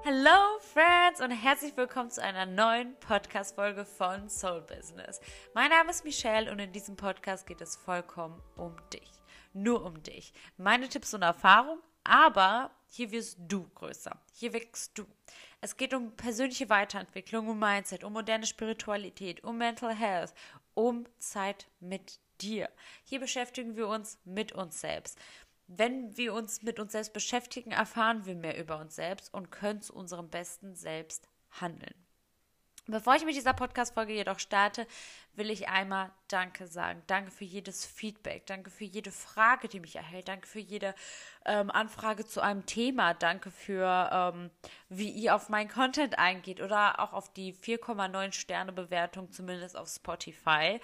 Hello Friends und herzlich willkommen zu einer neuen Podcast-Folge von Soul Business. Mein Name ist Michelle und in diesem Podcast geht es vollkommen um dich. Nur um dich. Meine Tipps und Erfahrungen, aber hier wirst du größer. Hier wächst du. Es geht um persönliche Weiterentwicklung, um Mindset, um moderne Spiritualität, um Mental Health, um Zeit mit dir. Hier beschäftigen wir uns mit uns selbst. Wenn wir uns mit uns selbst beschäftigen, erfahren wir mehr über uns selbst und können zu unserem besten Selbst handeln. Bevor ich mit dieser Podcast-Folge jedoch starte, will ich einmal Danke sagen. Danke für jedes Feedback, danke für jede Frage, die mich erhält, danke für jede Anfrage zu einem Thema, danke für, wie ihr auf meinen Content eingeht oder auch auf die 4,9 Sterne Bewertung, zumindest auf Spotify.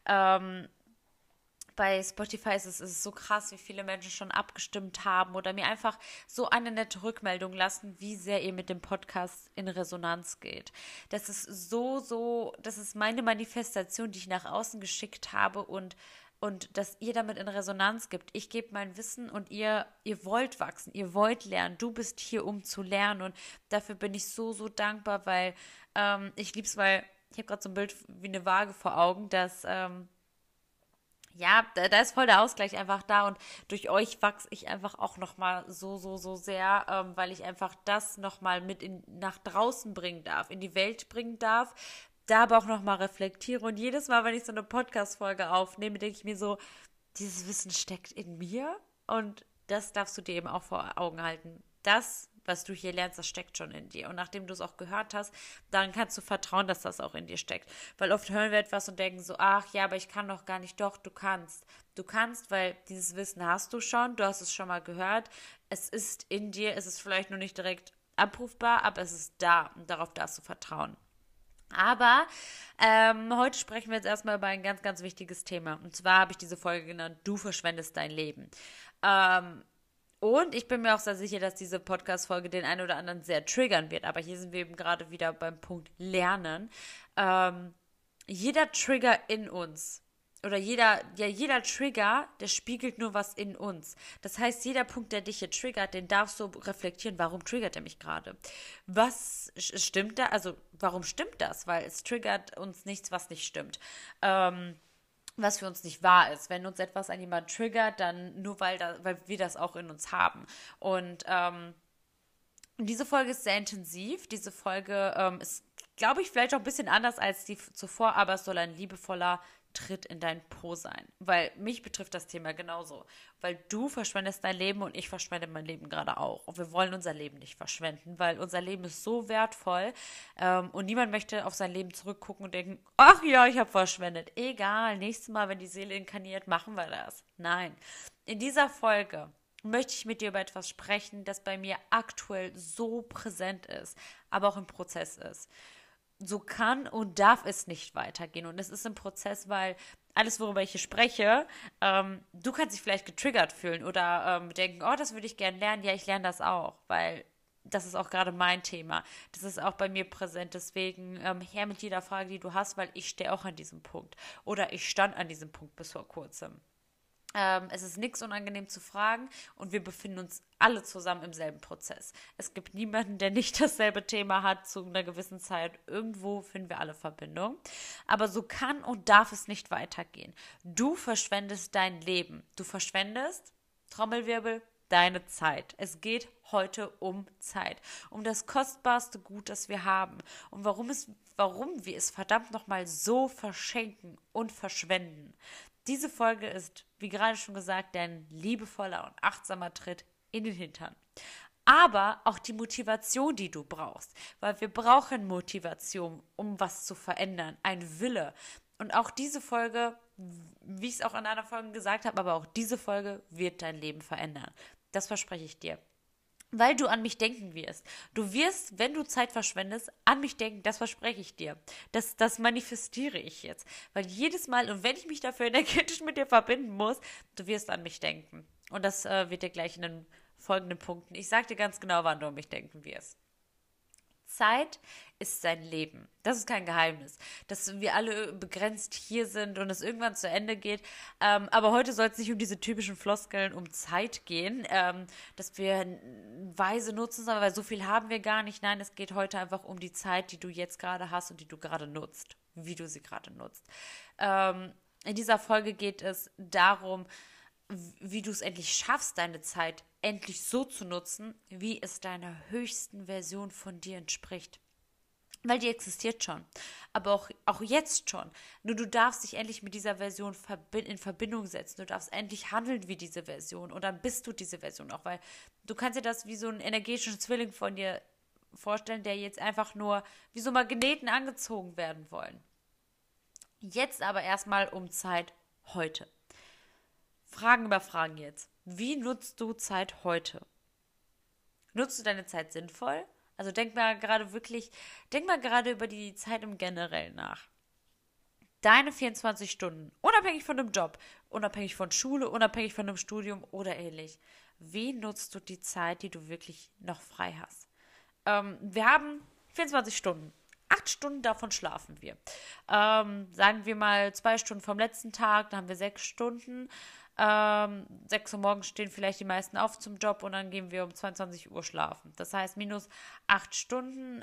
Bei Spotify ist es so krass, wie viele Menschen schon abgestimmt haben oder mir einfach so eine nette Rückmeldung lassen, wie sehr ihr mit dem Podcast in Resonanz geht. Das ist das ist meine Manifestation, die ich nach außen geschickt habe und dass ihr damit in Resonanz gibt. Ich gebe mein Wissen und ihr wollt wachsen, ihr wollt lernen. Du bist hier, um zu lernen und dafür bin ich so dankbar, weil ich liebe es, weil ich habe gerade so ein Bild wie eine Waage vor Augen, dass da ist voll der Ausgleich einfach da und durch euch wachse ich einfach auch nochmal so sehr, weil ich einfach das nochmal nach draußen bringen darf, in die Welt bringen darf, da aber auch nochmal reflektiere und jedes Mal, wenn ich so eine Podcast-Folge aufnehme, denke ich mir so, dieses Wissen steckt in mir und das darfst du dir eben auch vor Augen halten. Das, was du hier lernst, das steckt schon in dir. Und nachdem du es auch gehört hast, dann kannst du vertrauen, dass das auch in dir steckt. Weil oft hören wir etwas und denken so, ach ja, aber ich kann doch gar nicht. Doch, du kannst. Du kannst, weil dieses Wissen hast du schon, du hast es schon mal gehört. Es ist in dir, es ist vielleicht nur nicht direkt abrufbar, aber es ist da und darauf darfst du vertrauen. Aber heute sprechen wir jetzt erstmal über ein ganz, ganz wichtiges Thema. Und zwar habe ich diese Folge genannt, du verschwendest dein Leben. Und ich bin mir auch sehr sicher, dass diese Podcast-Folge den einen oder anderen sehr triggern wird. Aber hier sind wir eben gerade wieder beim Punkt Lernen. Jeder Trigger in uns oder jeder Trigger, der spiegelt nur was in uns. Das heißt, jeder Punkt, der dich hier triggert, den darfst du reflektieren, warum triggert er mich gerade? Was stimmt da? Also, warum stimmt das? Weil es triggert uns nichts, was nicht stimmt. Was für uns nicht wahr ist. Wenn uns etwas an jemanden triggert, dann nur, weil wir das auch in uns haben. Und diese Folge ist sehr intensiv. Diese Folge ist, glaube ich, vielleicht auch ein bisschen anders als die zuvor, aber es soll ein liebevoller Tritt in dein Po sein. Weil mich betrifft das Thema genauso. Weil du verschwendest dein Leben und ich verschwende mein Leben gerade auch. Und wir wollen unser Leben nicht verschwenden, weil unser Leben ist so wertvoll und niemand möchte auf sein Leben zurückgucken und denken, ach ja, ich habe verschwendet. Egal, nächstes Mal, wenn die Seele inkarniert, machen wir das. Nein. In dieser Folge möchte ich mit dir über etwas sprechen, das bei mir aktuell so präsent ist, aber auch im Prozess ist. So kann und darf es nicht weitergehen. Und es ist ein Prozess, weil alles, worüber ich hier spreche, du kannst dich vielleicht getriggert fühlen oder denken, oh, das würde ich gerne lernen. Ja, ich lerne das auch, weil das ist auch gerade mein Thema. Das ist auch bei mir präsent. Deswegen her mit jeder Frage, die du hast, weil ich stehe auch an diesem Punkt. Oder ich stand an diesem Punkt bis vor kurzem. Es ist nichts unangenehm zu fragen und wir befinden uns alle zusammen im selben Prozess. Es gibt niemanden, der nicht dasselbe Thema hat zu einer gewissen Zeit. Irgendwo finden wir alle Verbindung. Aber so kann und darf es nicht weitergehen. Du verschwendest dein Leben. Du verschwendest, Trommelwirbel, deine Zeit. Es geht heute um Zeit. Um das kostbarste Gut, das wir haben. Und warum wir es verdammt nochmal so verschenken und verschwenden. Diese Folge ist, wie gerade schon gesagt, ein liebevoller und achtsamer Tritt in den Hintern. Aber auch die Motivation, die du brauchst. Weil wir brauchen Motivation, um was zu verändern. Ein Wille. Und auch diese Folge, wie ich es auch in einer Folge gesagt habe, aber auch diese Folge wird dein Leben verändern. Das verspreche ich dir. Weil du an mich denken wirst. Du wirst, wenn du Zeit verschwendest, an mich denken, das verspreche ich dir. Das manifestiere ich jetzt. Weil jedes Mal, und wenn ich mich dafür energetisch mit dir verbinden muss, du wirst an mich denken. Und das wird dir gleich in den folgenden Punkten. Ich sage dir ganz genau, wann du an mich denken wirst. Zeit ist sein Leben. Das ist kein Geheimnis, dass wir alle begrenzt hier sind und es irgendwann zu Ende geht. Aber heute soll es nicht um diese typischen Floskeln um Zeit gehen, dass wir weise nutzen sollen, weil so viel haben wir gar nicht. Nein, es geht heute einfach um die Zeit, die du jetzt gerade hast und die du gerade nutzt, wie du sie gerade nutzt. In dieser Folge geht es darum, wie du es endlich schaffst, deine Zeit endlich so zu nutzen, wie es deiner höchsten Version von dir entspricht. Weil die existiert schon. Aber auch jetzt schon. Nur du darfst dich endlich mit dieser Version in Verbindung setzen. Du darfst endlich handeln wie diese Version. Und dann bist du diese Version auch. Weil du kannst dir das wie so einen energetischen Zwilling von dir vorstellen, der jetzt einfach nur wie so Magneten angezogen werden wollen. Jetzt aber erstmal um Zeit heute. Fragen über Fragen jetzt. Wie nutzt du Zeit heute? Nutzt du deine Zeit sinnvoll? Also denk mal gerade über die Zeit im Generellen nach. Deine 24 Stunden, unabhängig von dem Job, unabhängig von Schule, unabhängig von dem Studium oder ähnlich. Wie nutzt du die Zeit, die du wirklich noch frei hast? Wir haben 24 Stunden. 8 Stunden davon schlafen wir. Sagen wir mal 2 Stunden vom letzten Tag, dann haben wir 6 Stunden. 6 Uhr morgens stehen vielleicht die meisten auf zum Job und dann gehen wir um 22 Uhr schlafen. Das heißt, minus 8 Stunden,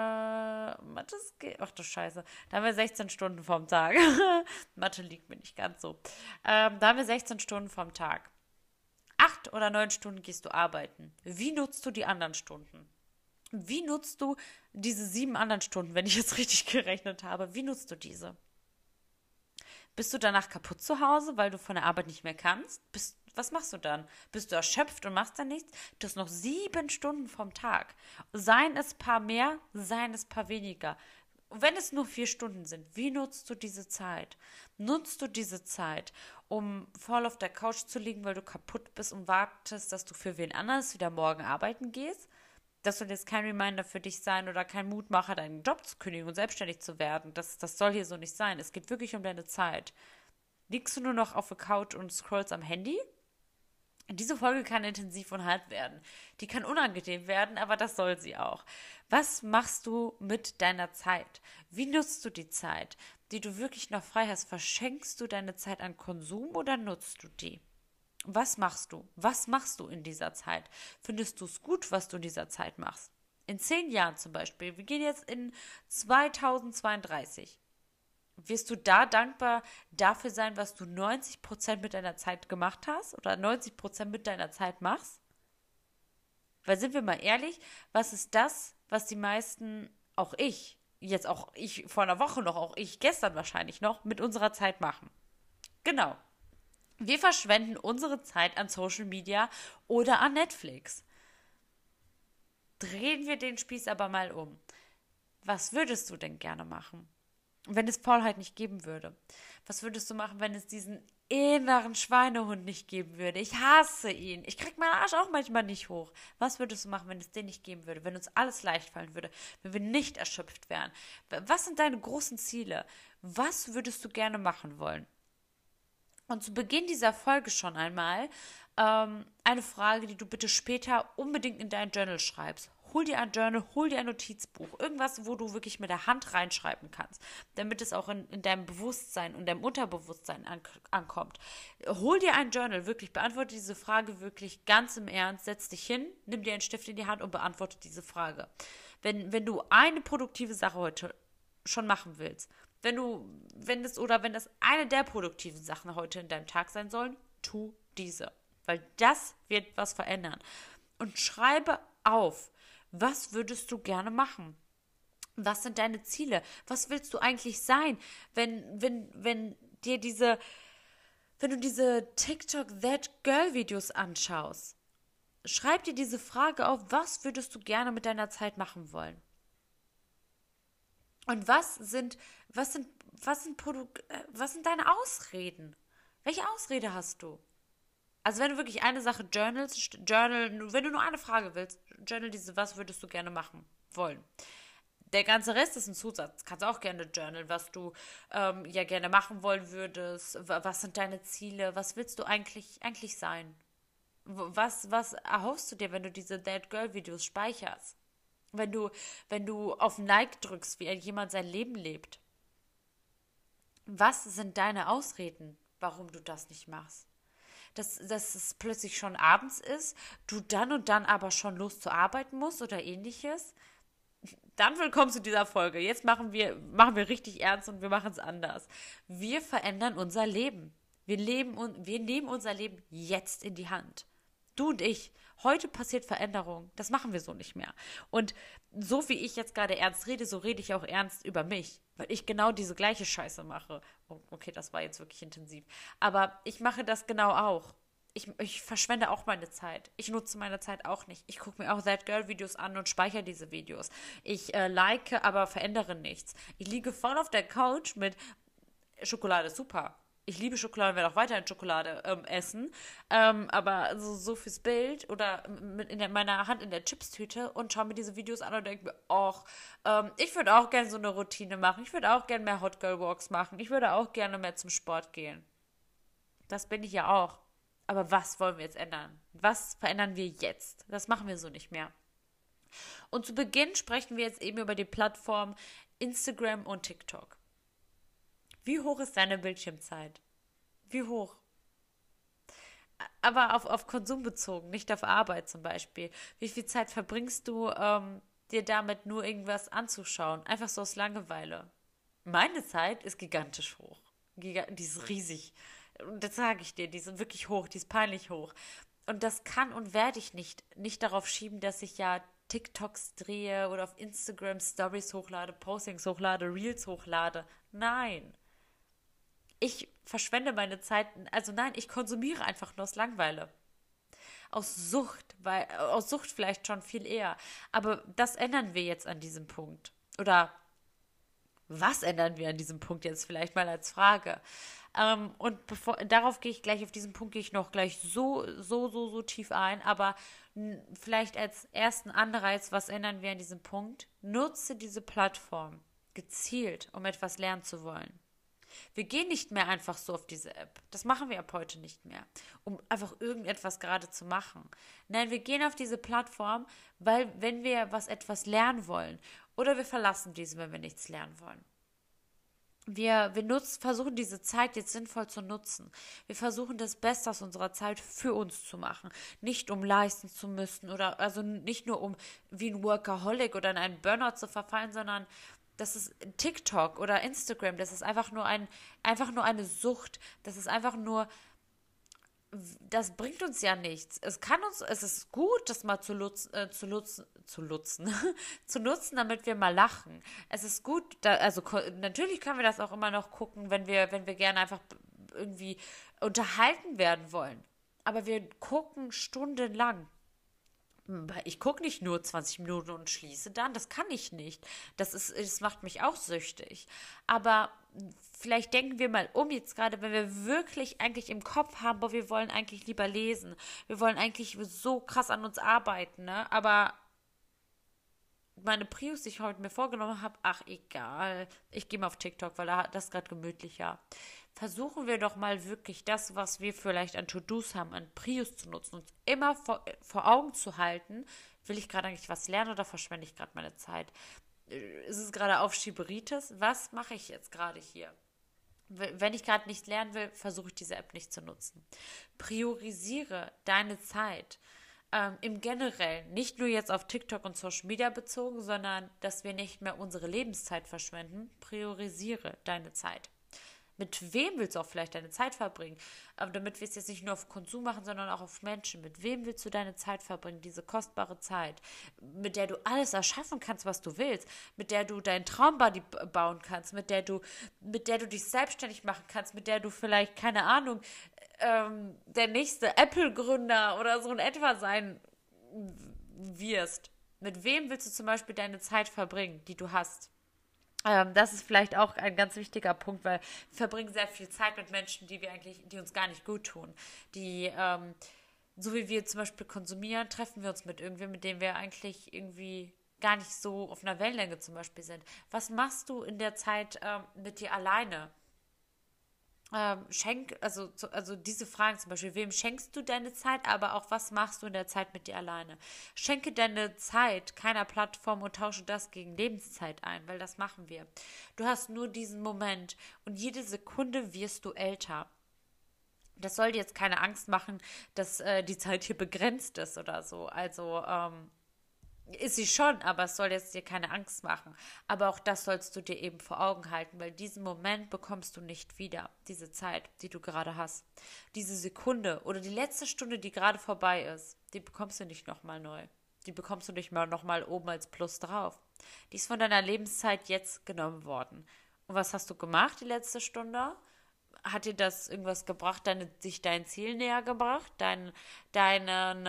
ach du Scheiße, da haben wir 16 Stunden vom Tag. Mathe liegt mir nicht ganz so. Da haben wir 16 Stunden vom Tag. 8 oder 9 Stunden gehst du arbeiten. Wie nutzt du die anderen Stunden? Wie nutzt du diese 7 anderen Stunden, wenn ich jetzt richtig gerechnet habe? Wie nutzt du diese? Bist du danach kaputt zu Hause, weil du von der Arbeit nicht mehr kannst? Was machst du dann? Bist du erschöpft und machst dann nichts? Du hast noch 7 Stunden vom Tag. Seien es paar mehr, seien es paar weniger. Wenn es nur 4 Stunden sind, wie nutzt du diese Zeit? Nutzt du diese Zeit, um voll auf der Couch zu liegen, weil du kaputt bist und wartest, dass du für wen anders wieder morgen arbeiten gehst? Das soll jetzt kein Reminder für dich sein oder kein Mutmacher, deinen Job zu kündigen und selbstständig zu werden. Das soll hier so nicht sein. Es geht wirklich um deine Zeit. Liegst du nur noch auf der Couch und scrollst am Handy? Diese Folge kann intensiv und hart werden. Die kann unangenehm werden, aber das soll sie auch. Was machst du mit deiner Zeit? Wie nutzt du die Zeit, die du wirklich noch frei hast? Verschenkst du deine Zeit an Konsum oder nutzt du die? Was machst du? Was machst du in dieser Zeit? Findest du es gut, was du in dieser Zeit machst? In 10 Jahren zum Beispiel, wir gehen jetzt in 2032. Wirst du da dankbar dafür sein, was du 90% mit deiner Zeit gemacht hast oder 90% mit deiner Zeit machst? Weil sind wir mal ehrlich, was ist das, was die meisten, auch ich, jetzt auch ich vor einer Woche noch, auch ich gestern wahrscheinlich noch, mit unserer Zeit machen? Genau. Wir verschwenden unsere Zeit an Social Media oder an Netflix. Drehen wir den Spieß aber mal um. Was würdest du denn gerne machen, wenn es Faulheit nicht geben würde? Was würdest du machen, wenn es diesen inneren Schweinehund nicht geben würde? Ich hasse ihn. Ich krieg meinen Arsch auch manchmal nicht hoch. Was würdest du machen, wenn es den nicht geben würde? Wenn uns alles leicht fallen würde? Wenn wir nicht erschöpft wären? Was sind deine großen Ziele? Was würdest du gerne machen wollen? Und zu Beginn dieser Folge schon einmal eine Frage, die du bitte später unbedingt in dein Journal schreibst. Hol dir ein Journal, hol dir ein Notizbuch, irgendwas, wo du wirklich mit der Hand reinschreiben kannst, damit es auch in deinem Bewusstsein und deinem Unterbewusstsein ankommt. Hol dir ein Journal, wirklich, beantworte diese Frage wirklich ganz im Ernst, setz dich hin, nimm dir einen Stift in die Hand und beantworte diese Frage. Wenn du eine produktive Sache heute schon machen willst, wenn das eine der produktiven Sachen heute in deinem Tag sein sollen, tu diese. Weil das wird was verändern. Und schreibe auf, was würdest du gerne machen? Was sind deine Ziele? Was willst du eigentlich sein? Wenn du diese TikTok That Girl Videos anschaust, schreib dir diese Frage auf, was würdest du gerne mit deiner Zeit machen wollen? Und was sind deine Ausreden? Welche Ausrede hast du? Also wenn du wirklich eine Sache journalst, wenn du nur eine Frage willst, journal diese, was würdest du gerne machen wollen? Der ganze Rest ist ein Zusatz. Kannst auch gerne journalen, was du ja gerne machen wollen würdest. Was sind deine Ziele? Was willst du eigentlich sein? Was erhoffst du dir, wenn du diese That Girl Videos speicherst? Wenn du, wenn du auf ein Like drückst, wie jemand sein Leben lebt, was sind deine Ausreden, warum du das nicht machst? Dass es plötzlich schon abends ist, du dann und dann aber schon los zu arbeiten musst oder ähnliches. Dann willkommen zu dieser Folge. Jetzt machen wir richtig ernst und wir machen es anders. Wir verändern unser Leben. Wir nehmen unser Leben jetzt in die Hand. Du und ich. Heute passiert Veränderung. Das machen wir so nicht mehr. Und so wie ich jetzt gerade ernst rede, so rede ich auch ernst über mich. Weil ich genau diese gleiche Scheiße mache. Oh, okay, das war jetzt wirklich intensiv. Aber ich mache das genau auch. Ich verschwende auch meine Zeit. Ich nutze meine Zeit auch nicht. Ich gucke mir auch That Girl Videos an und speichere diese Videos. Ich like, aber verändere nichts. Ich liege voll auf der Couch mit Schokolade, super. Ich liebe Schokolade und werde auch weiterhin Schokolade essen. Aber so fürs Bild oder meiner Hand in der Chipstüte und schaue mir diese Videos an und denke mir, ach, ich würde auch gerne so eine Routine machen. Ich würde auch gerne mehr Hot Girl Walks machen. Ich würde auch gerne mehr zum Sport gehen. Das bin ich ja auch. Aber was wollen wir jetzt ändern? Was verändern wir jetzt? Das machen wir so nicht mehr. Und zu Beginn sprechen wir jetzt eben über die Plattform Instagram und TikTok. Wie hoch ist deine Bildschirmzeit? Wie hoch? Aber auf Konsum bezogen, nicht auf Arbeit zum Beispiel. Wie viel Zeit verbringst du, dir damit nur irgendwas anzuschauen? Einfach so aus Langeweile. Meine Zeit ist gigantisch hoch. Die ist riesig. Und das sage ich dir, die sind wirklich hoch, die ist peinlich hoch. Und das kann und werde ich nicht darauf schieben, dass ich ja TikToks drehe oder auf Instagram Stories hochlade, Postings hochlade, Reels hochlade. Nein. Ich verschwende meine Zeit, also nein, ich konsumiere einfach nur aus Langeweile. Aus Sucht vielleicht schon viel eher. Aber das ändern wir jetzt an diesem Punkt. Oder was ändern wir an diesem Punkt jetzt vielleicht mal als Frage? Und darauf gehe ich gleich, auf diesen Punkt gehe ich noch gleich so tief ein, aber vielleicht als ersten Anreiz, was ändern wir an diesem Punkt? Nutze diese Plattform gezielt, um etwas lernen zu wollen. Wir gehen nicht mehr einfach so auf diese App. Das machen wir ab heute nicht mehr, um einfach irgendetwas gerade zu machen. Nein, wir gehen auf diese Plattform, weil wenn wir etwas lernen wollen oder wir verlassen diese, wenn wir nichts lernen wollen. Wir versuchen diese Zeit jetzt sinnvoll zu nutzen. Wir versuchen das Beste aus unserer Zeit für uns zu machen. Nicht um leisten zu müssen oder also nicht nur um wie ein Workaholic oder in einen Burnout zu verfallen, sondern das ist TikTok oder Instagram, das ist einfach nur eine Sucht. Das ist einfach nur, das bringt uns ja nichts. Es ist gut, das mal zu nutzen, damit wir mal lachen. Es ist gut, natürlich können wir das auch immer noch gucken, wenn wir gerne einfach irgendwie unterhalten werden wollen. Aber wir gucken stundenlang. Ich gucke nicht nur 20 Minuten und schließe dann. Das kann ich nicht. Das macht mich auch süchtig. Aber vielleicht denken wir mal um jetzt gerade, wenn wir wirklich eigentlich im Kopf haben, boah, wir wollen eigentlich lieber lesen. Wir wollen eigentlich so krass an uns arbeiten, ne? Aber meine Prius, die ich heute mir vorgenommen habe, ach egal, ich gehe mal auf TikTok, weil das ist gerade gemütlicher. Versuchen wir doch mal wirklich das, was wir vielleicht an To-Dos haben, an Prius zu nutzen, uns immer vor Augen zu halten, will ich gerade eigentlich was lernen oder verschwende ich gerade meine Zeit? Ist es gerade Aufschieberitis? Was mache ich jetzt gerade hier? Wenn ich gerade nicht lernen will, versuche ich diese App nicht zu nutzen. Priorisiere deine Zeit. Im Generellen, nicht nur jetzt auf TikTok und Social Media bezogen, sondern dass wir nicht mehr unsere Lebenszeit verschwenden. Priorisiere deine Zeit. Mit wem willst du auch vielleicht deine Zeit verbringen? Damit wir es jetzt nicht nur auf Konsum machen, sondern auch auf Menschen. Mit wem willst du deine Zeit verbringen? Diese kostbare Zeit, mit der du alles erschaffen kannst, was du willst, mit der du deinen Traumbody bauen kannst, mit der du dich selbstständig machen kannst, mit der du vielleicht, keine Ahnung, der nächste Apple-Gründer oder so in etwa sein wirst. Mit wem willst du zum Beispiel deine Zeit verbringen, die du hast? Das ist vielleicht auch ein ganz wichtiger Punkt, weil wir verbringen sehr viel Zeit mit Menschen, die uns gar nicht gut tun. So wie wir zum Beispiel konsumieren, treffen wir uns mit irgendwem, mit dem wir eigentlich irgendwie gar nicht so auf einer Wellenlänge zum Beispiel sind. Was machst du in der Zeit mit dir alleine? also diese Fragen zum Beispiel, wem schenkst du deine Zeit, aber auch was machst du in der Zeit mit dir alleine? Schenke deine Zeit keiner Plattform und tausche das gegen Lebenszeit ein, weil das machen wir. Du hast nur diesen Moment und jede Sekunde wirst du älter. Das soll dir jetzt keine Angst machen, dass die Zeit hier begrenzt ist oder so. Also ist sie schon, aber es soll jetzt dir keine Angst machen. Aber auch das sollst du dir eben vor Augen halten, weil diesen Moment bekommst du nicht wieder, diese Zeit, die du gerade hast. Diese Sekunde oder die letzte Stunde, die gerade vorbei ist, die bekommst du nicht nochmal neu. Die bekommst du nicht mal nochmal oben als Plus drauf. Die ist von deiner Lebenszeit jetzt genommen worden. Und was hast du gemacht die letzte Stunde? Hat dir das irgendwas gebracht, dich dein Ziel näher gebracht? Deinen,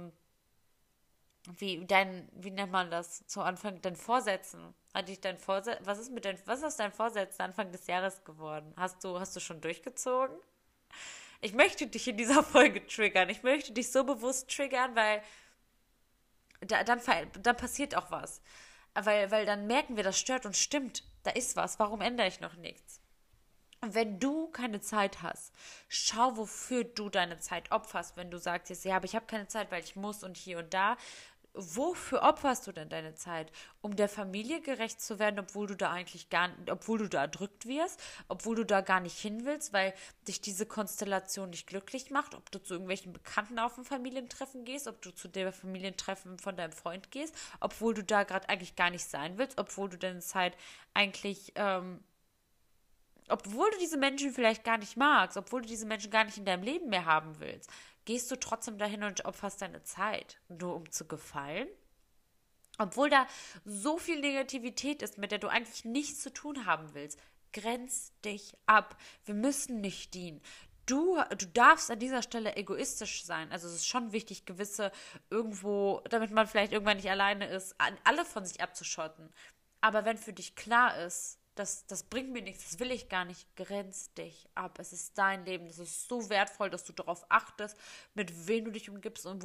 wie nennt man das zu Anfang, dein Vorsätzen? Hat dich was ist aus deinen Vorsätzen Anfang des Jahres geworden? Hast du schon durchgezogen? Ich möchte dich in dieser Folge triggern. Ich möchte dich so bewusst triggern, weil dann passiert auch was. Weil dann merken wir, das stört uns, stimmt, da ist was. Warum ändere ich noch nichts? Und wenn du keine Zeit hast, schau, wofür du deine Zeit opferst. Wenn du sagst jetzt, ja, aber ich habe keine Zeit, weil ich muss und hier und da. Wofür opferst du denn deine Zeit? Um der Familie gerecht zu werden, obwohl du da erdrückt wirst, obwohl du da gar nicht hin willst, weil dich diese Konstellation nicht glücklich macht, ob du zu irgendwelchen Bekannten auf ein Familientreffen gehst, ob du zu dem Familientreffen von deinem Freund gehst, obwohl du da gerade eigentlich gar nicht sein willst, obwohl du deine Zeit eigentlich obwohl du diese Menschen vielleicht gar nicht magst, obwohl du diese Menschen gar nicht in deinem Leben mehr haben willst, gehst du trotzdem dahin und opferst deine Zeit, nur um zu gefallen? Obwohl da so viel Negativität ist, mit der du eigentlich nichts zu tun haben willst, grenz dich ab. Wir müssen nicht dienen. Du darfst an dieser Stelle egoistisch sein. Also es ist schon wichtig, damit man vielleicht irgendwann nicht alleine ist, alle von sich abzuschotten. Aber wenn für dich klar ist, das bringt mir nichts, das will ich gar nicht, grenz dich ab. Es ist dein Leben, es ist so wertvoll, dass du darauf achtest, mit wem du dich umgibst und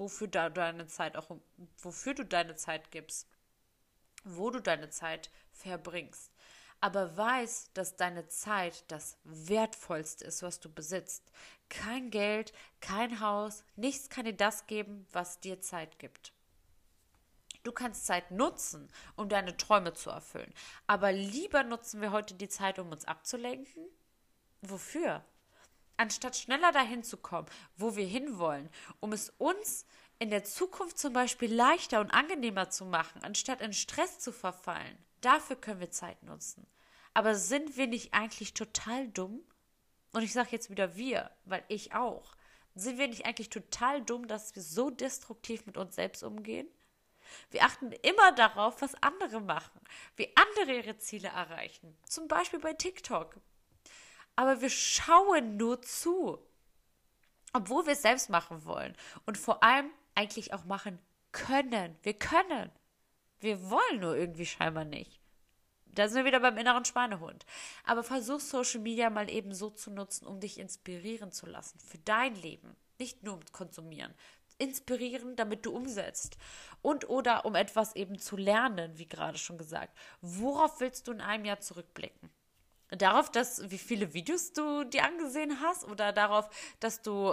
wofür du deine Zeit gibst, wo du deine Zeit verbringst. Aber weiß, dass deine Zeit das Wertvollste ist, was du besitzt. Kein Geld, kein Haus, nichts kann dir das geben, was dir Zeit gibt. Du kannst Zeit nutzen, um deine Träume zu erfüllen. Aber lieber nutzen wir heute die Zeit, um uns abzulenken? Wofür? Anstatt schneller dahin zu kommen, wo wir hinwollen, um es uns in der Zukunft zum Beispiel leichter und angenehmer zu machen, anstatt in Stress zu verfallen. Dafür können wir Zeit nutzen. Aber sind wir nicht eigentlich total dumm? Und ich sage jetzt wieder wir, weil ich auch. Sind wir nicht eigentlich total dumm, dass wir so destruktiv mit uns selbst umgehen? Wir achten immer darauf, was andere machen, wie andere ihre Ziele erreichen. Zum Beispiel bei TikTok. Aber wir schauen nur zu, obwohl wir es selbst machen wollen. Und vor allem eigentlich auch machen können. Wir können. Wir wollen nur irgendwie scheinbar nicht. Da sind wir wieder beim inneren Schweinehund. Aber versuch Social Media mal eben so zu nutzen, um dich inspirieren zu lassen für dein Leben. Nicht nur um zu konsumieren. Inspirieren, damit du umsetzt. Und oder um etwas eben zu lernen, wie gerade schon gesagt. Worauf willst du in einem Jahr zurückblicken? Darauf, wie viele Videos du dir angesehen hast? Oder darauf, dass du,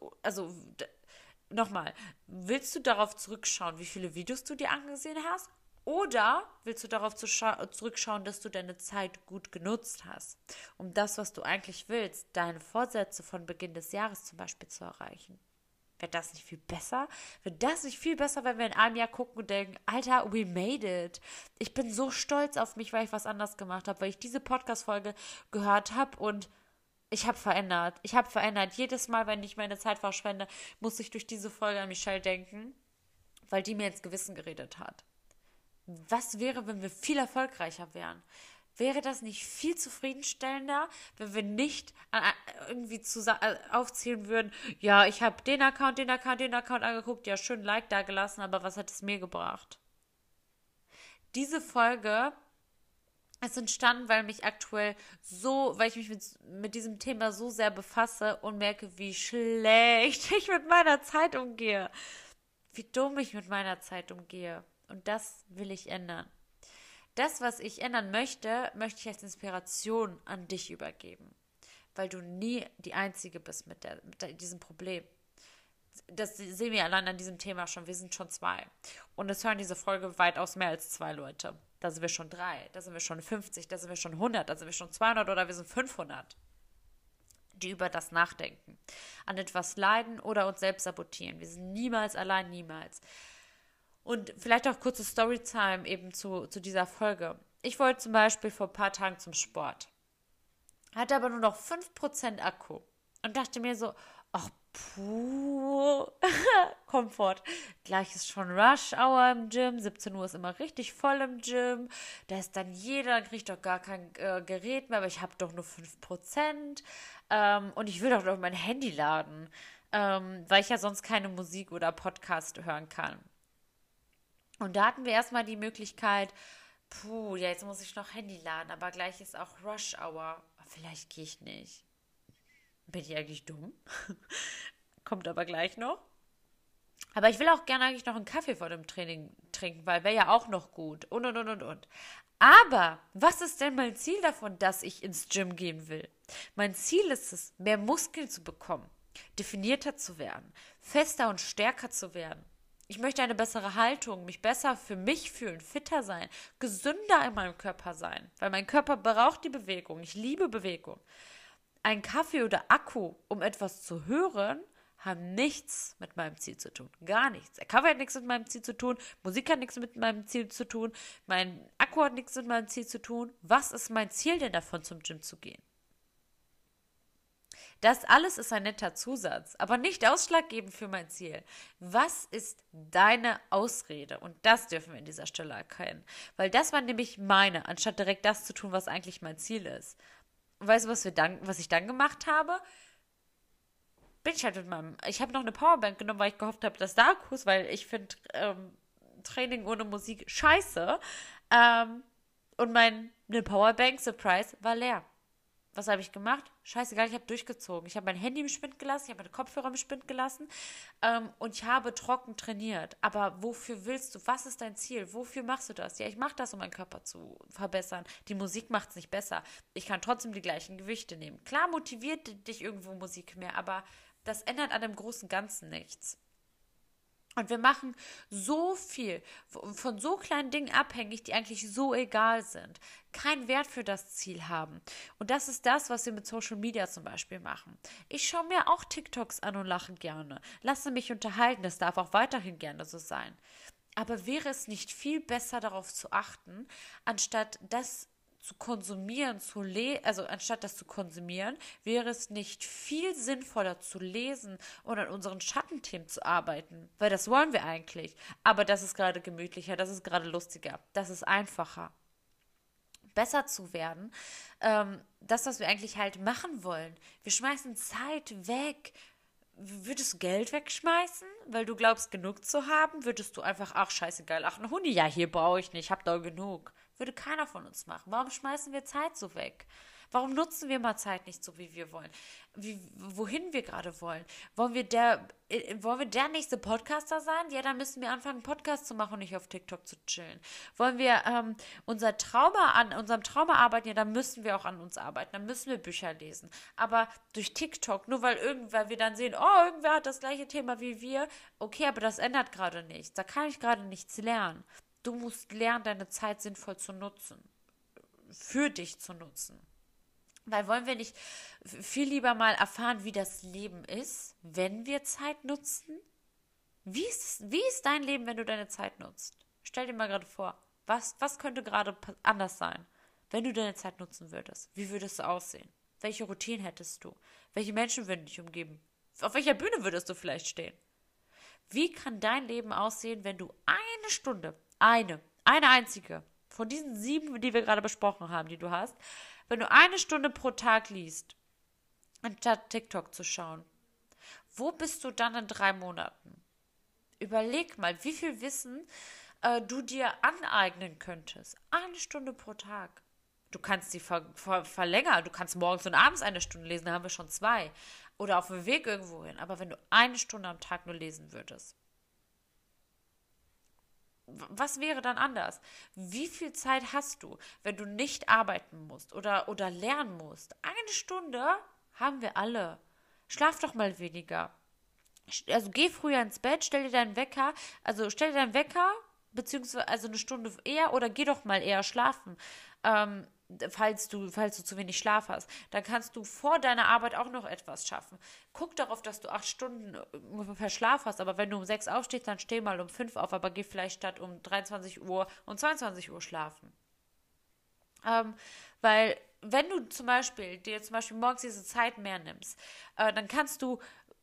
nochmal, willst du darauf zurückschauen, wie viele Videos du dir angesehen hast? Oder willst du darauf zurückschauen, dass du deine Zeit gut genutzt hast, um das, was du eigentlich willst, deine Vorsätze von Beginn des Jahres zum Beispiel zu erreichen? Wäre das nicht viel besser? Wäre das nicht viel besser, wenn wir in einem Jahr gucken und denken, Alter, we made it. Ich bin so stolz auf mich, weil ich was anders gemacht habe, weil ich diese Podcast-Folge gehört habe und ich habe verändert. Ich habe verändert. Jedes Mal, wenn ich meine Zeit verschwende, muss ich durch diese Folge an Michelle denken, weil die mir ins Gewissen geredet hat. Was wäre, wenn wir viel erfolgreicher wären? Wäre das nicht viel zufriedenstellender, wenn wir nicht irgendwie aufzählen würden, ja, ich habe den Account angeguckt, ja, schön Like da gelassen, aber was hat es mir gebracht? Diese Folge ist entstanden, weil ich mich mit diesem Thema so sehr befasse und merke, wie schlecht ich mit meiner Zeit umgehe. Wie dumm ich mit meiner Zeit umgehe. Und das will ich ändern. Das, was ich ändern möchte, möchte ich als Inspiration an dich übergeben. weil du nie die Einzige bist mit diesem Problem. Das sehen wir allein an diesem Thema schon. Wir sind schon 2. Und es hören diese Folge weitaus mehr als 2 Leute. Da sind wir schon 3, da sind wir schon 50, da sind wir schon 100, da sind wir schon 200 oder wir sind 500, die über das nachdenken, an etwas leiden oder uns selbst sabotieren. Wir sind niemals allein, niemals. Und vielleicht auch kurze Storytime eben zu dieser Folge. Ich wollte zum Beispiel vor ein paar Tagen zum Sport, hatte aber nur noch 5% Akku und dachte mir so, ach, puh, Komfort. Gleich ist schon Rush Hour im Gym, 17 Uhr ist immer richtig voll im Gym, da ist dann jeder, dann kriege ich doch gar kein Gerät mehr, aber ich habe doch nur 5%, und ich will doch noch mein Handy laden, weil ich ja sonst keine Musik oder Podcast hören kann. Und da hatten wir erstmal die Möglichkeit, ja, jetzt muss ich noch Handy laden, aber gleich ist auch Rush Hour. Vielleicht gehe ich nicht. Bin ich eigentlich dumm? Kommt aber gleich noch. Aber ich will auch gerne eigentlich noch einen Kaffee vor dem Training trinken, weil wäre ja auch noch gut. Und. Aber was ist denn mein Ziel davon, dass ich ins Gym gehen will? Mein Ziel ist es, mehr Muskeln zu bekommen, definierter zu werden, fester und stärker zu werden. Ich möchte eine bessere Haltung, mich besser für mich fühlen, fitter sein, gesünder in meinem Körper sein, weil mein Körper braucht die Bewegung. Ich liebe Bewegung. Ein Kaffee oder Akku, um etwas zu hören, haben nichts mit meinem Ziel zu tun. Gar nichts. Der Kaffee hat nichts mit meinem Ziel zu tun, Musik hat nichts mit meinem Ziel zu tun, mein Akku hat nichts mit meinem Ziel zu tun. Was ist mein Ziel denn davon, zum Gym zu gehen? Das alles ist ein netter Zusatz, aber nicht ausschlaggebend für mein Ziel. Was ist deine Ausrede? Und das dürfen wir an dieser Stelle erkennen. Weil das war nämlich meine, anstatt direkt das zu tun, was eigentlich mein Ziel ist. Und weißt du, was ich dann gemacht habe? Ich habe noch eine Powerbank genommen, weil ich gehofft habe, dass da Akkus, weil ich finde Training ohne Musik scheiße. Und meine Powerbank, Surprise, war leer. Was habe ich gemacht? Scheißegal, ich habe durchgezogen. Ich habe mein Handy im Spind gelassen, ich habe meine Kopfhörer im Spind gelassen, und ich habe trocken trainiert. Aber wofür willst du? Was ist dein Ziel? Wofür machst du das? Ja, ich mache das, um meinen Körper zu verbessern. Die Musik macht es nicht besser. Ich kann trotzdem die gleichen Gewichte nehmen. Klar motiviert dich irgendwo Musik mehr, aber das ändert an dem großen Ganzen nichts. Und wir machen so viel von so kleinen Dingen abhängig, die eigentlich so egal sind, keinen Wert für das Ziel haben. Und das ist das, was wir mit Social Media zum Beispiel machen. Ich schaue mir auch TikToks an und lache gerne. Lasse mich unterhalten, das darf auch weiterhin gerne so sein. Aber wäre es nicht viel besser, darauf zu achten, anstatt das zu konsumieren, anstatt das zu konsumieren, wäre es nicht viel sinnvoller zu lesen und an unseren Schattenthemen zu arbeiten, weil das wollen wir eigentlich. Aber das ist gerade gemütlicher, das ist gerade lustiger, das ist einfacher. Besser zu werden, das, was wir eigentlich halt machen wollen. Wir schmeißen Zeit weg. Würdest du Geld wegschmeißen, weil du glaubst, genug zu haben? Würdest du einfach, ach, scheißegal, ach, ein Huni, ja, hier brauche ich nicht, hab doch genug. Würde keiner von uns machen. Warum schmeißen wir Zeit so weg? Warum nutzen wir mal Zeit nicht so, wie wir wollen? Wohin wir gerade wollen? Wollen wir der nächste Podcaster sein? Ja, dann müssen wir anfangen, einen Podcast zu machen und nicht auf TikTok zu chillen. Wollen wir an unserem Trauma arbeiten? Ja, dann müssen wir auch an uns arbeiten. Dann müssen wir Bücher lesen. Aber durch TikTok, nur weil wir dann sehen, oh, irgendwer hat das gleiche Thema wie wir. Okay, aber das ändert gerade nichts. Da kann ich gerade nichts lernen. Du musst lernen, deine Zeit sinnvoll zu nutzen. Für dich zu nutzen. Weil wollen wir nicht viel lieber mal erfahren, wie das Leben ist, wenn wir Zeit nutzen? Wie ist dein Leben, wenn du deine Zeit nutzt? Stell dir mal gerade vor, was könnte gerade anders sein, wenn du deine Zeit nutzen würdest? Wie würde es aussehen? Welche Routinen hättest du? Welche Menschen würden dich umgeben? Auf welcher Bühne würdest du vielleicht stehen? Wie kann dein Leben aussehen, wenn du eine Stunde, eine einzige, von diesen 7, die wir gerade besprochen haben, die du hast, wenn du eine Stunde pro Tag liest, anstatt TikTok zu schauen, wo bist du dann in 3 Monaten? Überleg mal, wie viel Wissen du dir aneignen könntest. Eine Stunde pro Tag. Du kannst sie verlängern. Du kannst morgens und abends eine Stunde lesen, dann haben wir schon 2. Oder auf dem Weg irgendwo hin. Aber wenn du eine Stunde am Tag nur lesen würdest, was wäre dann anders? Wie viel Zeit hast du, wenn du nicht arbeiten musst oder lernen musst? Eine Stunde? Haben wir alle. Schlaf doch mal weniger. Also geh früher ins Bett, stell dir deinen Wecker, beziehungsweise also eine Stunde eher oder geh doch mal eher schlafen. Ähm, falls du zu wenig Schlaf hast, dann kannst du vor deiner Arbeit auch noch etwas schaffen. Guck darauf, dass du 8 Stunden ungefähr Schlaf hast, aber wenn du um 6 aufstehst, dann steh mal um 5 auf, aber geh vielleicht statt um 23 Uhr um 22 Uhr schlafen. Ähm, weil wenn du dir zum Beispiel morgens diese Zeit mehr nimmst, dann kannst du,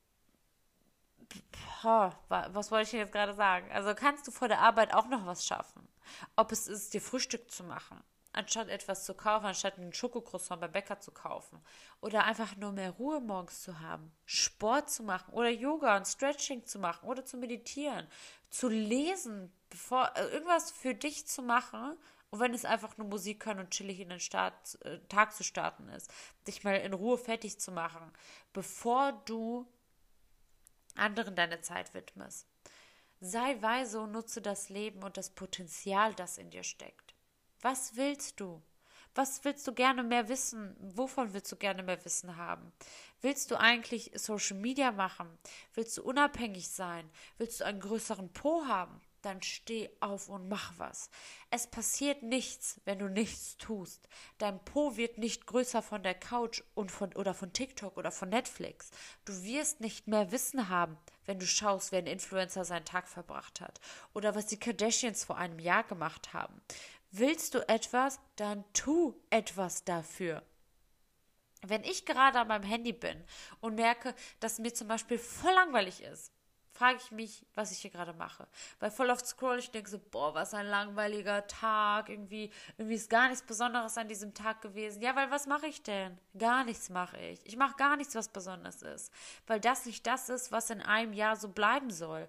was wollte ich denn jetzt gerade sagen? Also kannst du vor der Arbeit auch noch was schaffen. Ob es ist, dir Frühstück zu machen, anstatt etwas zu kaufen, anstatt einen Schokocroissant beim Bäcker zu kaufen. Oder einfach nur mehr Ruhe morgens zu haben, Sport zu machen oder Yoga und Stretching zu machen oder zu meditieren, zu lesen, irgendwas für dich zu machen. Und wenn es einfach nur Musik hören und chillig in den Tag zu starten ist, dich mal in Ruhe fertig zu machen, bevor du anderen deine Zeit widmest. Sei weise und nutze das Leben und das Potenzial, das in dir steckt. Was willst du? Was willst du gerne mehr wissen? Wovon willst du gerne mehr Wissen haben? Willst du eigentlich Social Media machen? Willst du unabhängig sein? Willst du einen größeren Po haben? Dann steh auf und mach was. Es passiert nichts, wenn du nichts tust. Dein Po wird nicht größer von der Couch oder von TikTok oder von Netflix. Du wirst nicht mehr Wissen haben, wenn du schaust, wer ein Influencer seinen Tag verbracht hat oder was die Kardashians vor einem Jahr gemacht haben. Willst du etwas, dann tu etwas dafür. Wenn ich gerade an meinem Handy bin und merke, dass mir zum Beispiel voll langweilig ist, frage ich mich, was ich hier gerade mache. Weil voll oft scroll ich und denke so, boah, was ein langweiliger Tag. Irgendwie ist gar nichts Besonderes an diesem Tag gewesen. Ja, weil was mache ich denn? Gar nichts mache ich. Ich mache gar nichts, was besonders ist. Weil das nicht das ist, was in einem Jahr so bleiben soll.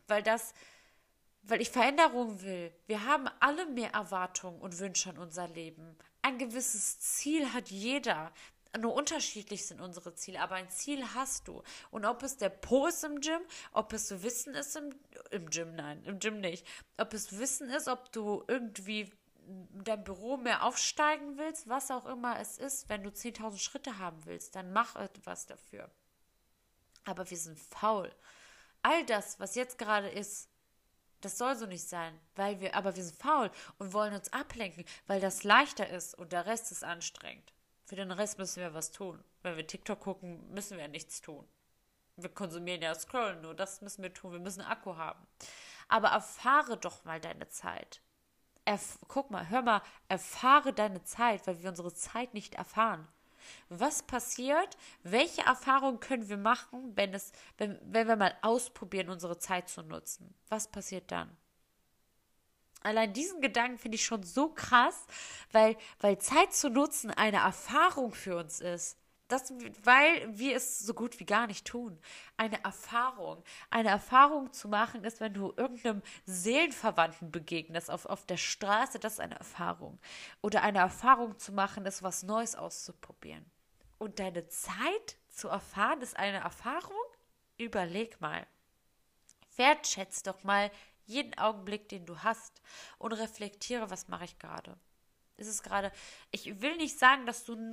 Weil ich Veränderung will. Wir haben alle mehr Erwartungen und Wünsche an unser Leben. Ein gewisses Ziel hat jeder. Nur unterschiedlich sind unsere Ziele, aber ein Ziel hast du. Und ob es der Po ist im Gym, ob es so Wissen ist im Gym, nein, im Gym nicht. Ob es Wissen ist, ob du irgendwie dein Büro mehr aufsteigen willst, was auch immer es ist, wenn du 10.000 Schritte haben willst, dann mach etwas dafür. Aber wir sind faul. All das, was jetzt gerade ist, das soll so nicht sein, aber wir sind faul und wollen uns ablenken, weil das leichter ist und der Rest ist anstrengend. Für den Rest müssen wir was tun. Wenn wir TikTok gucken, müssen wir nichts tun. Wir konsumieren ja Scrollen, nur das müssen wir tun. Wir müssen Akku haben. Aber erfahre doch mal deine Zeit. Guck mal, hör mal, erfahre deine Zeit, weil wir unsere Zeit nicht erfahren. Was passiert? Welche Erfahrungen können wir machen, wenn wir mal ausprobieren, unsere Zeit zu nutzen? Was passiert dann? Allein diesen Gedanken finde ich schon so krass, weil Zeit zu nutzen eine Erfahrung für uns ist. Weil wir es so gut wie gar nicht tun. Eine Erfahrung. Eine Erfahrung zu machen ist, wenn du irgendeinem Seelenverwandten begegnest auf der Straße, das ist eine Erfahrung. Oder eine Erfahrung zu machen ist, was Neues auszuprobieren. Und deine Zeit zu erfahren ist eine Erfahrung? Überleg mal. Wertschätz doch mal jeden Augenblick, den du hast und reflektiere, was mache ich gerade. Ist es gerade, ich will nicht sagen, dass du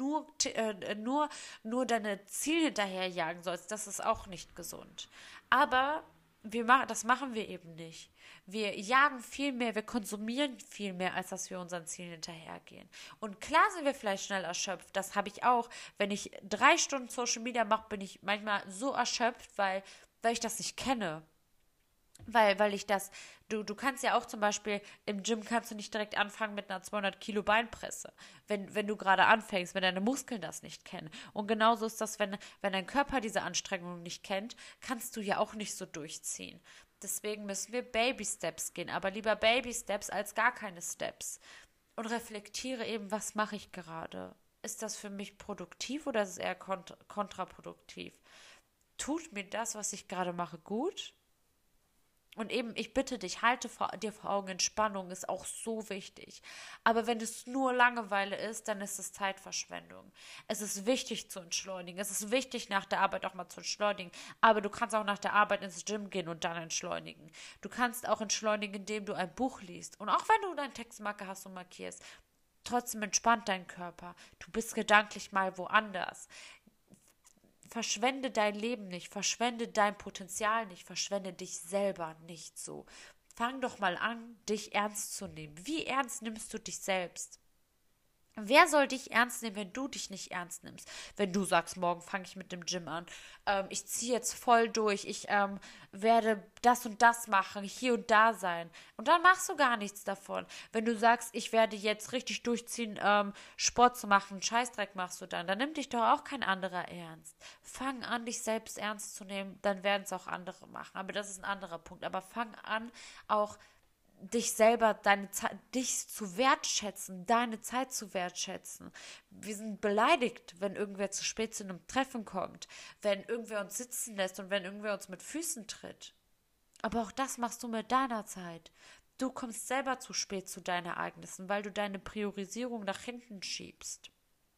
nur deine Ziele hinterherjagen sollst, das ist auch nicht gesund. Aber das machen wir eben nicht. Wir jagen viel mehr, wir konsumieren viel mehr, als dass wir unseren Zielen hinterhergehen. Und klar sind wir vielleicht schnell erschöpft, das habe ich auch. Wenn ich 3 Stunden Social Media mache, bin ich manchmal so erschöpft, weil ich das nicht kenne. Weil ich du kannst ja auch zum Beispiel, im Gym kannst du nicht direkt anfangen mit einer 200 Kilo Beinpresse, wenn du gerade anfängst, wenn deine Muskeln das nicht kennen. Und genauso ist das, wenn dein Körper diese Anstrengung nicht kennt, kannst du ja auch nicht so durchziehen. Deswegen müssen wir Baby Steps gehen, aber lieber Baby Steps als gar keine Steps. Und reflektiere eben, was mache ich gerade? Ist das für mich produktiv oder ist es eher kontraproduktiv? Tut mir das, was ich gerade mache, gut? Und eben, ich bitte dich, dir vor Augen, Entspannung ist auch so wichtig. Aber wenn es nur Langeweile ist, dann ist es Zeitverschwendung. Es ist wichtig zu entschleunigen. Es ist wichtig, nach der Arbeit auch mal zu entschleunigen. Aber du kannst auch nach der Arbeit ins Gym gehen und dann entschleunigen. Du kannst auch entschleunigen, indem du ein Buch liest. Und auch wenn du deinen Textmarker hast und markierst, trotzdem entspannt dein Körper. Du bist gedanklich mal woanders. verschwende dein Leben nicht, verschwende dein Potenzial nicht, verschwende dich selber nicht so. Fang doch mal an, dich ernst zu nehmen. Wie ernst nimmst du dich selbst? Wer soll dich ernst nehmen, wenn du dich nicht ernst nimmst? Wenn du sagst, morgen fange ich mit dem Gym an, ich ziehe jetzt voll durch, ich werde das und das machen, hier und da sein. Und dann machst du gar nichts davon. Wenn du sagst, ich werde jetzt richtig durchziehen, Sport zu machen, Scheißdreck machst du dann nimmt dich doch auch kein anderer ernst. Fang an, dich selbst ernst zu nehmen, dann werden es auch andere machen. Aber das ist ein anderer Punkt. Aber fang an, auch dich selber, deine Zeit, dich zu wertschätzen, deine Zeit zu wertschätzen. Wir sind beleidigt, wenn irgendwer zu spät zu einem Treffen kommt, wenn irgendwer uns sitzen lässt und wenn irgendwer uns mit Füßen tritt. Aber auch das machst du mit deiner Zeit. Du kommst selber zu spät zu deinen Ereignissen, weil du deine Priorisierung nach hinten schiebst.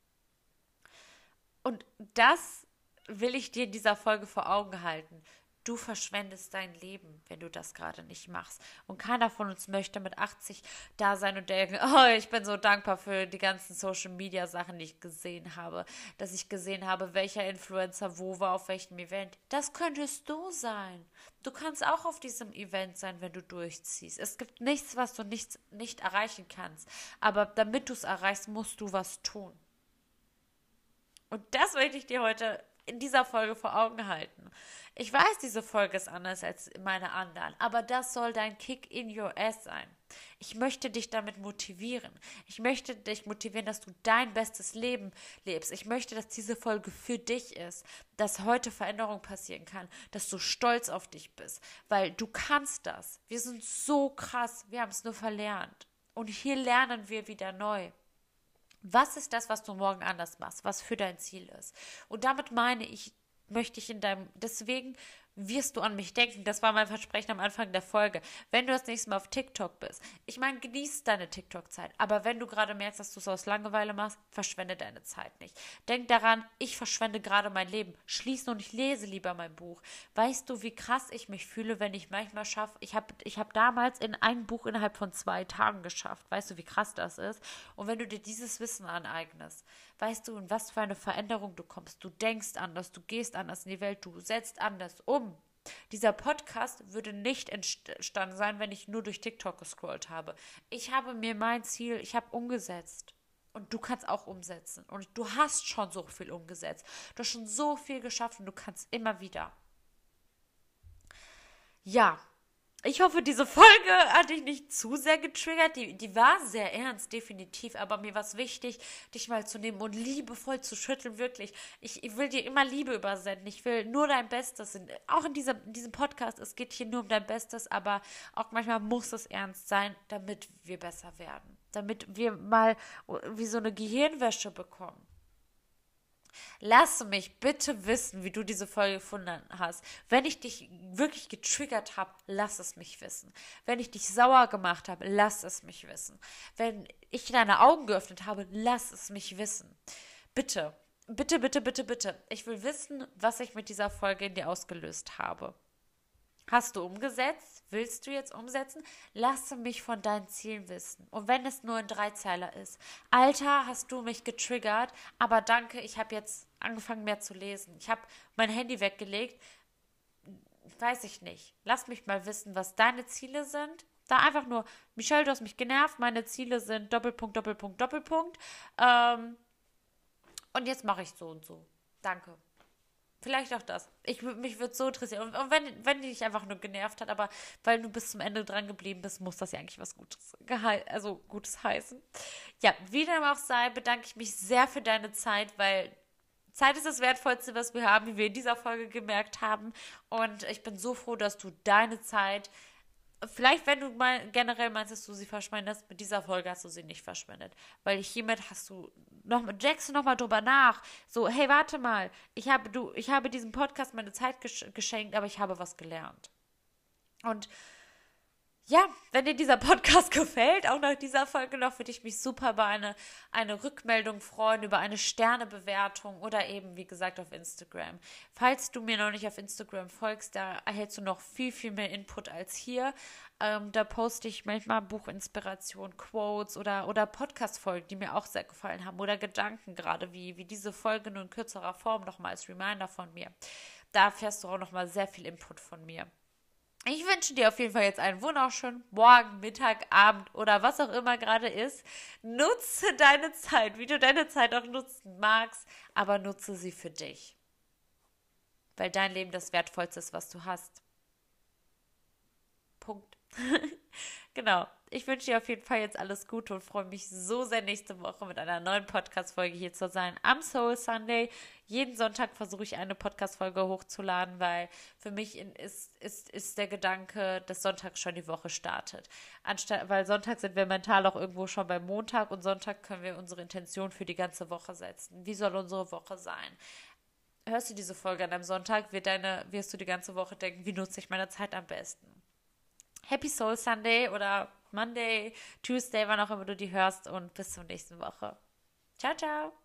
Und das will ich dir in dieser Folge vor Augen halten. Du verschwendest dein Leben, wenn du das gerade nicht machst. Und keiner von uns möchte mit 80 da sein und denken, oh, ich bin so dankbar für die ganzen Social-Media-Sachen, die ich gesehen habe. Dass ich gesehen habe, welcher Influencer wo war, auf welchem Event. Das könntest du sein. Du kannst auch auf diesem Event sein, wenn du durchziehst. Es gibt nichts, was du nicht erreichen kannst. Aber damit du es erreichst, musst du was tun. Und das möchte ich dir heute in dieser Folge vor Augen halten. Ich weiß, diese Folge ist anders als meine anderen, aber das soll dein Kick in your ass sein. Ich möchte dich damit motivieren. Ich möchte dich motivieren, dass du dein bestes Leben lebst. Ich möchte, dass diese Folge für dich ist, dass heute Veränderung passieren kann, dass du stolz auf dich bist, weil du kannst das. Wir sind so krass, wir haben es nur verlernt. Und hier lernen wir wieder neu. Was ist das, was du morgen anders machst, was für dein Ziel ist? Und damit meine ich, möchte ich deswegen wirst du an mich denken. Das war mein Versprechen am Anfang der Folge. Wenn du das nächste Mal auf TikTok bist, ich meine, genieß deine TikTok-Zeit, aber wenn du gerade merkst, dass du es aus Langeweile machst, verschwende deine Zeit nicht. Denk daran, ich verschwende gerade mein Leben. Schließe und ich lese lieber mein Buch. Weißt du, wie krass ich mich fühle, wenn ich manchmal schaffe, ich hab damals in ein Buch innerhalb von 2 Tagen geschafft. Weißt du, wie krass das ist? Und wenn du dir dieses Wissen aneignest, weißt du, in was für eine Veränderung du kommst. Du denkst anders, du gehst anders in die Welt, du setzt anders um. Dieser Podcast würde nicht entstanden sein, wenn ich nur durch TikTok gescrollt habe. Ich habe mir mein Ziel, ich habe umgesetzt. Und du kannst auch umsetzen. Und du hast schon so viel umgesetzt. Du hast schon so viel geschafft und du kannst immer wieder. Ja. Ich hoffe, diese Folge hat dich nicht zu sehr getriggert. Die war sehr ernst, definitiv. Aber mir war es wichtig, dich mal zu nehmen und liebevoll zu schütteln, wirklich. Ich will dir immer Liebe übersenden. Ich will nur dein Bestes. Auch in diesem Podcast, es geht hier nur um dein Bestes, aber auch manchmal muss es ernst sein, damit wir besser werden. Damit wir mal wie so eine Gehirnwäsche bekommen. Lass mich bitte wissen, wie du diese Folge gefunden hast. Wenn ich dich wirklich getriggert habe, lass es mich wissen. Wenn ich dich sauer gemacht habe, lass es mich wissen. Wenn ich deine Augen geöffnet habe, lass es mich wissen. Bitte, bitte, bitte, bitte, bitte. Ich will wissen, was ich mit dieser Folge in dir ausgelöst habe. Hast du umgesetzt? Willst du jetzt umsetzen? Lasse mich von deinen Zielen wissen. Und wenn es nur ein Dreizeiler ist. Alter, hast du mich getriggert, aber danke, ich habe jetzt angefangen mehr zu lesen. Ich habe mein Handy weggelegt. Weiß ich nicht. Lass mich mal wissen, was deine Ziele sind. Da einfach nur, Michelle, du hast mich genervt, meine Ziele sind Doppelpunkt, Doppelpunkt, Doppelpunkt. Und jetzt mache ich so und so. Danke. Vielleicht auch das. Mich würde so interessieren. Und wenn die dich einfach nur genervt hat, aber weil du bis zum Ende dran geblieben bist, muss das ja eigentlich was Gutes heißen. Ja, wie dem auch sei, bedanke ich mich sehr für deine Zeit, weil Zeit ist das Wertvollste, was wir haben, wie wir in dieser Folge gemerkt haben. Und ich bin so froh, dass du deine Zeit, vielleicht, wenn du mal generell meinst, dass du sie verschwendest, mit dieser Folge hast du sie nicht verschwendet. Weil hiermit denkst du nochmal drüber nach. So, hey, warte mal, ich habe diesem Podcast meine Zeit geschenkt, aber ich habe was gelernt. Und ja, wenn dir dieser Podcast gefällt, auch nach dieser Folge noch, würde ich mich super über eine Rückmeldung freuen, über eine Sternebewertung oder eben, wie gesagt, auf Instagram. Falls du mir noch nicht auf Instagram folgst, da erhältst du noch viel, viel mehr Input als hier. Da poste ich manchmal Buchinspiration, Quotes oder Podcast-Folgen, die mir auch sehr gefallen haben oder Gedanken, gerade wie diese Folge nur in kürzerer Form nochmal als Reminder von mir. Da erfährst du auch nochmal sehr viel Input von mir. Ich wünsche dir auf jeden Fall jetzt einen wunderschönen Morgen, Mittag, Abend oder was auch immer gerade ist. Nutze deine Zeit, wie du deine Zeit auch nutzen magst, aber nutze sie für dich. Weil dein Leben das Wertvollste ist, was du hast. Punkt. Genau. Ich wünsche dir auf jeden Fall jetzt alles Gute und freue mich so sehr nächste Woche mit einer neuen Podcast-Folge hier zu sein am Soul Sunday. Jeden Sonntag versuche ich eine Podcast-Folge hochzuladen, weil für mich ist der Gedanke, dass Sonntag schon die Woche startet. Weil Sonntag sind wir mental auch irgendwo schon beim Montag und Sonntag können wir unsere Intention für die ganze Woche setzen. Wie soll unsere Woche sein? Hörst du diese Folge an einem Sonntag, wirst du die ganze Woche denken, wie nutze ich meine Zeit am besten? Happy Soul Sunday oder Monday, Tuesday, wann auch immer du die hörst und bis zur nächsten Woche. Ciao, ciao.